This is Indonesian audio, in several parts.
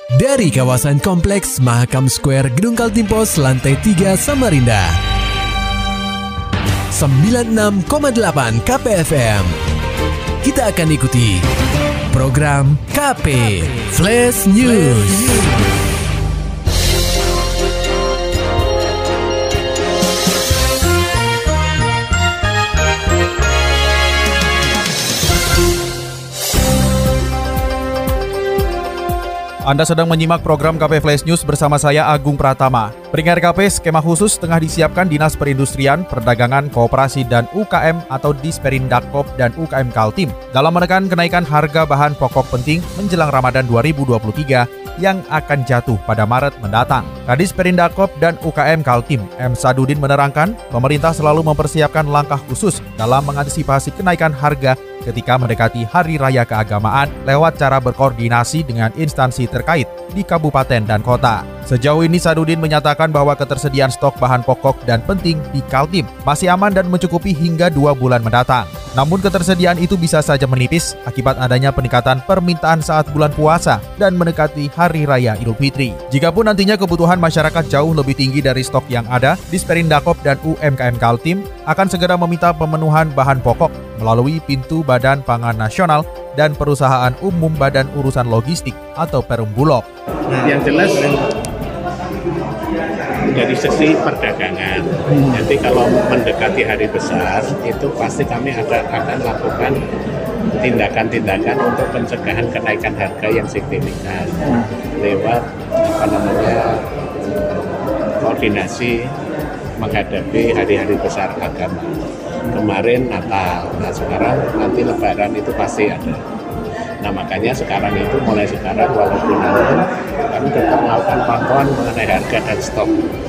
Dari kawasan Kompleks Mahakam Square Gedung Kaltim Pos Lantai 3 Samarinda. 96,8 KPFM. Kita akan ikuti program KP Flash News. Anda sedang menyimak program KP Flash News bersama saya Agung Pratama. Pendengar KP, skema khusus tengah disiapkan Dinas Perindustrian, Perdagangan, Koperasi, dan UKM atau Disperindakkop dan UKM Kaltim dalam menekan kenaikan harga bahan pokok penting menjelang Ramadan 2023 yang akan jatuh pada Maret mendatang. Kadis Perindakkop dan UKM Kaltim, M. Sadudin menerangkan, pemerintah selalu mempersiapkan langkah khusus dalam mengantisipasi kenaikan harga ketika mendekati Hari Raya Keagamaan lewat cara berkoordinasi dengan instansi terkait di kabupaten dan kota. Sejauh ini Sadudin menyatakan bahwa ketersediaan stok bahan pokok dan penting di Kaltim masih aman dan mencukupi hingga 2 bulan mendatang. Namun ketersediaan itu bisa saja menipis akibat adanya peningkatan permintaan saat bulan puasa dan mendekati Hari Raya Idul Fitri. Jikapun nantinya kebutuhan masyarakat jauh lebih tinggi dari stok yang ada, Disperindakkop dan UMKM Kaltim akan segera meminta pemenuhan bahan pokok melalui pintu Badan Pangan Nasional dan Perusahaan Umum Badan Urusan Logistik atau Perumbulog. Yang jelas dari sisi perdagangan, nanti kalau mendekati hari besar itu pasti kami akan lakukan tindakan-tindakan untuk pencegahan kenaikan harga yang signifikan lewat koordinasi menghadapi hari-hari besar agama. Kemarin Natal, nah sekarang nanti Lebaran itu pasti ada. Nah makanya sekarang itu mulai sekarang walaupun kami tetap melakukan pantauan mengenai harga dan stok.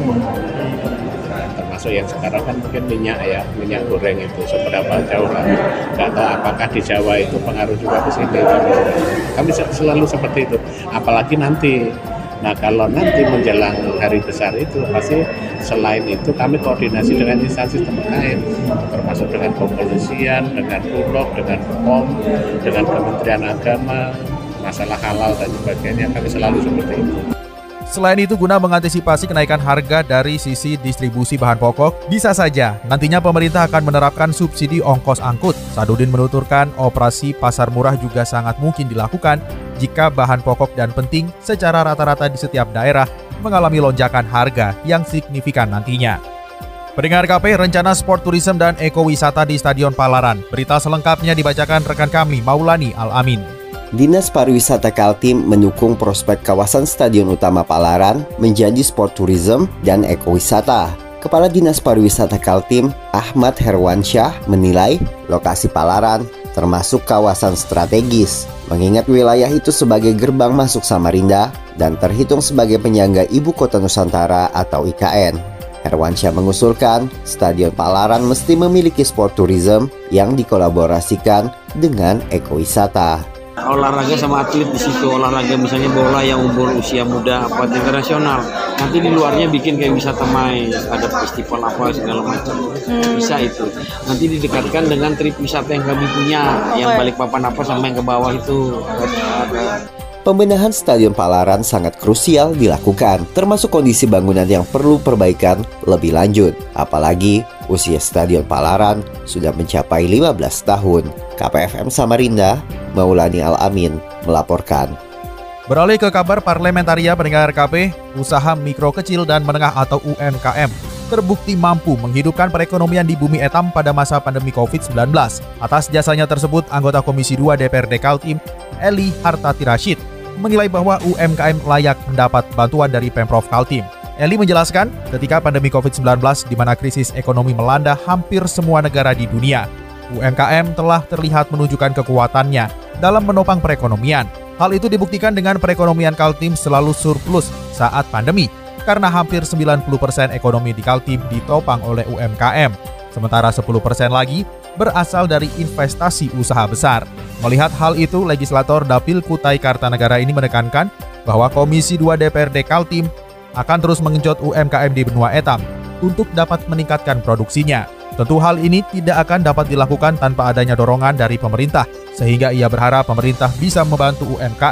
Termasuk yang sekarang kan mungkin minyak goreng itu seberapa jauh lah. Nggak tahu apakah di Jawa itu pengaruh juga ke sini. Kami selalu seperti itu. Apalagi nanti. Nah kalau nanti menjelang hari besar itu pasti selain itu kami koordinasi dengan instansi terkait termasuk dengan kepolisian, dengan Bulog, dengan POM, dengan Kementerian Agama, masalah halal dan sebagainya, kami selalu seperti itu. Selain itu, guna mengantisipasi kenaikan harga dari sisi distribusi bahan pokok, bisa saja nantinya pemerintah akan menerapkan subsidi ongkos angkut. Sadudin menuturkan operasi pasar murah juga sangat mungkin dilakukan jika bahan pokok dan penting secara rata-rata di setiap daerah mengalami lonjakan harga yang signifikan nantinya. Pendengar KP, rencana sport tourism dan ekowisata di Stadion Palaran. Berita selengkapnya dibacakan rekan kami Maulani Al-Amin. Dinas Pariwisata Kaltim mendukung prospek kawasan Stadion Utama Palaran menjadi sport tourism dan ekowisata. Kepala Dinas Pariwisata Kaltim, Ahmad Herwansyah, menilai lokasi Palaran termasuk kawasan strategis, mengingat wilayah itu sebagai gerbang masuk Samarinda dan terhitung sebagai penyangga Ibu Kota Nusantara atau IKN. Herwansyah mengusulkan Stadion Palaran mesti memiliki sport tourism yang dikolaborasikan dengan ekowisata. Olahraga sama atlet di situ, olahraga misalnya bola yang umur usia muda apa internasional. Nanti di luarnya bikin kayak wisata main, ada festival apa segala macam. Bisa itu. Nanti didekatkan dengan trip wisata yang kami punya, yang Balikpapan apa sama yang ke bawah itu. Ada. Pembenahan Stadion Palaran sangat krusial dilakukan, termasuk kondisi bangunan yang perlu perbaikan lebih lanjut. Apalagi usia Stadion Palaran sudah mencapai 15 tahun. KPFM Samarinda, Maulani Al-Amin melaporkan. Beralih ke kabar parlementaria, pendengar KP, usaha mikro kecil dan menengah atau UMKM terbukti mampu menghidupkan perekonomian di Bumi Etam pada masa pandemi COVID-19. Atas jasanya tersebut, anggota Komisi 2 DPRD Kaltim, Eli Hartati Rashid, menilai bahwa UMKM layak mendapat bantuan dari Pemprov Kaltim. Eli menjelaskan, ketika pandemi COVID-19 di mana krisis ekonomi melanda hampir semua negara di dunia, UMKM telah terlihat menunjukkan kekuatannya dalam menopang perekonomian. Hal itu dibuktikan dengan perekonomian Kaltim selalu surplus saat pandemi, karena hampir 90% ekonomi di Kaltim ditopang oleh UMKM. Sementara 10% lagi berasal dari investasi usaha besar. Melihat hal itu, legislator Dapil Kutai Kartanegara ini menekankan bahwa Komisi 2 DPRD Kaltim akan terus mengenjot UMKM di benua Etam untuk dapat meningkatkan produksinya. Tentu hal ini tidak akan dapat dilakukan tanpa adanya dorongan dari pemerintah, sehingga ia berharap pemerintah bisa membantu UMKM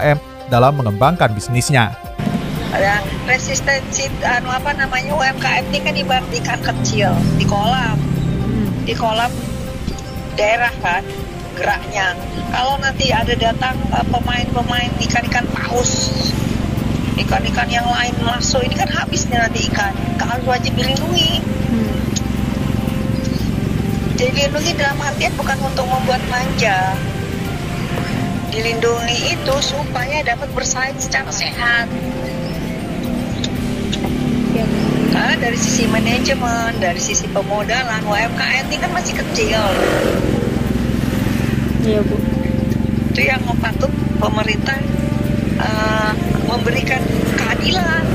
dalam mengembangkan bisnisnya. Ada resistensi UMKM ini kan ibarat ikan kecil di kolam daerah kan geraknya. Kalau nanti ada datang pemain ikan-ikan paus, ikan-ikan yang lain masuk, ini kan habis nih nanti ikan. Harus wajib dilindungi. Jadi dilindungi dalam artian bukan untuk membuat manja. Dilindungi itu supaya dapat bersaing secara sehat. Karena dari sisi manajemen, dari sisi pemodalan, UMKM ini kan masih kecil. Iya, Bu. Itu yang patut pemerintah memberikan keadilan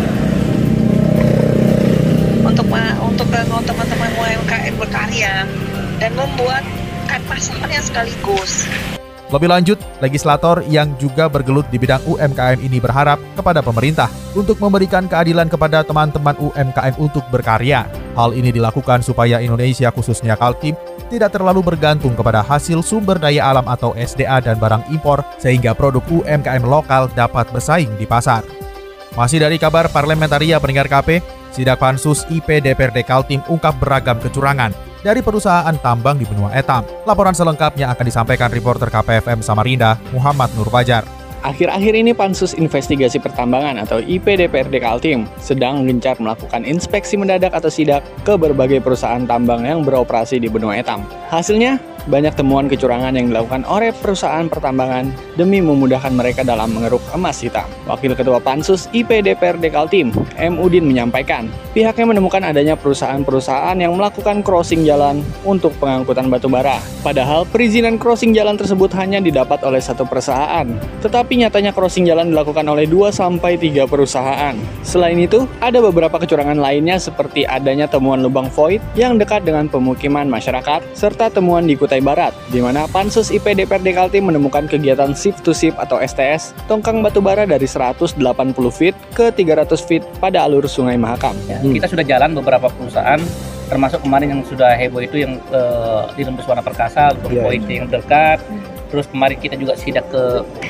untuk teman-teman UMKM berkarya dan membuatkan pasarnya sekaligus. Lebih lanjut, legislator yang juga bergelut di bidang UMKM ini berharap kepada pemerintah untuk memberikan keadilan kepada teman-teman UMKM untuk berkarya. Hal ini dilakukan supaya Indonesia, khususnya Kaltim, tidak terlalu bergantung kepada hasil sumber daya alam atau SDA dan barang impor, sehingga produk UMKM lokal dapat bersaing di pasar. Masih dari kabar Parlementaria pendengar KP, Sidak Pansus IP DPRD Kaltim ungkap beragam kecurangan dari perusahaan tambang di benua Etam. Laporan selengkapnya akan disampaikan reporter KPFM Samarinda, Muhammad Nur Fajar. Akhir-akhir ini Pansus Investigasi Pertambangan atau IP DPRD Kaltim sedang gencar melakukan inspeksi mendadak atau sidak ke berbagai perusahaan tambang yang beroperasi di benua Etam. Hasilnya, banyak temuan kecurangan yang dilakukan oleh perusahaan pertambangan demi memudahkan mereka dalam mengeruk emas hitam. Wakil Ketua Pansus IP DPRD Kaltim, M. Udin menyampaikan, pihaknya menemukan adanya perusahaan-perusahaan yang melakukan crossing jalan untuk pengangkutan batu bara. Padahal perizinan crossing jalan tersebut hanya didapat oleh satu perusahaan, tetapi nyatanya crossing jalan dilakukan oleh 2-3 perusahaan. Selain itu, ada beberapa kecurangan lainnya seperti adanya temuan lubang void yang dekat dengan pemukiman masyarakat, serta temuan di Kutai Barat, di mana Pansus IP DPRD Kaltim menemukan kegiatan ship-to-ship atau STS, tongkang batu bara dari 180 feet ke 300 feet pada alur Sungai Mahakam. Kita sudah jalan beberapa perusahaan, termasuk kemarin yang sudah heboh itu yang di Lembus Warna Perkasa, poin yang dekat. Terus kemarin kita juga sidak ke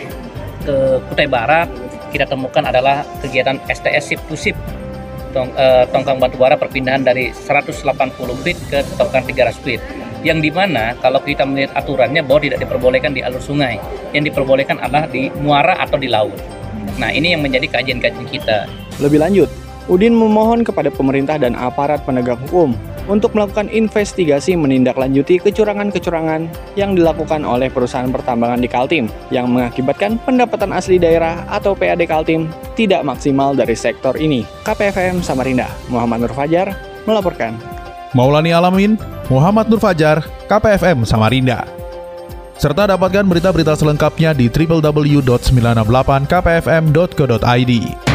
Kutai Barat, kita temukan adalah kegiatan STS ship-to-ship, tongkang batu bara perpindahan dari 180 feet ke tongkang 300 feet. Yang dimana kalau kita melihat aturannya bahwa tidak diperbolehkan di alur sungai, yang diperbolehkan adalah di muara atau di laut. Nah, ini yang menjadi kajian-kajian kita. Lebih lanjut, Udin memohon kepada pemerintah dan aparat penegak hukum untuk melakukan investigasi menindaklanjuti kecurangan-kecurangan yang dilakukan oleh perusahaan pertambangan di Kaltim yang mengakibatkan pendapatan asli daerah atau PAD Kaltim tidak maksimal dari sektor ini. KPFM Samarinda, Muhammad Nur Fajar melaporkan. Maulani Alamin, Muhammad Nur Fajar, KPFM Samarinda. Serta dapatkan berita-berita selengkapnya di www.968kpfm.co.id.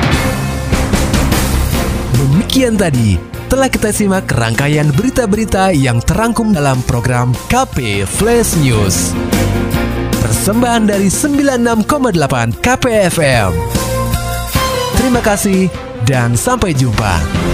Demikian tadi telah kita simak rangkaian berita-berita yang terangkum dalam program KP Flash News. Persembahan dari 96,8 KPFM. Terima kasih dan sampai jumpa.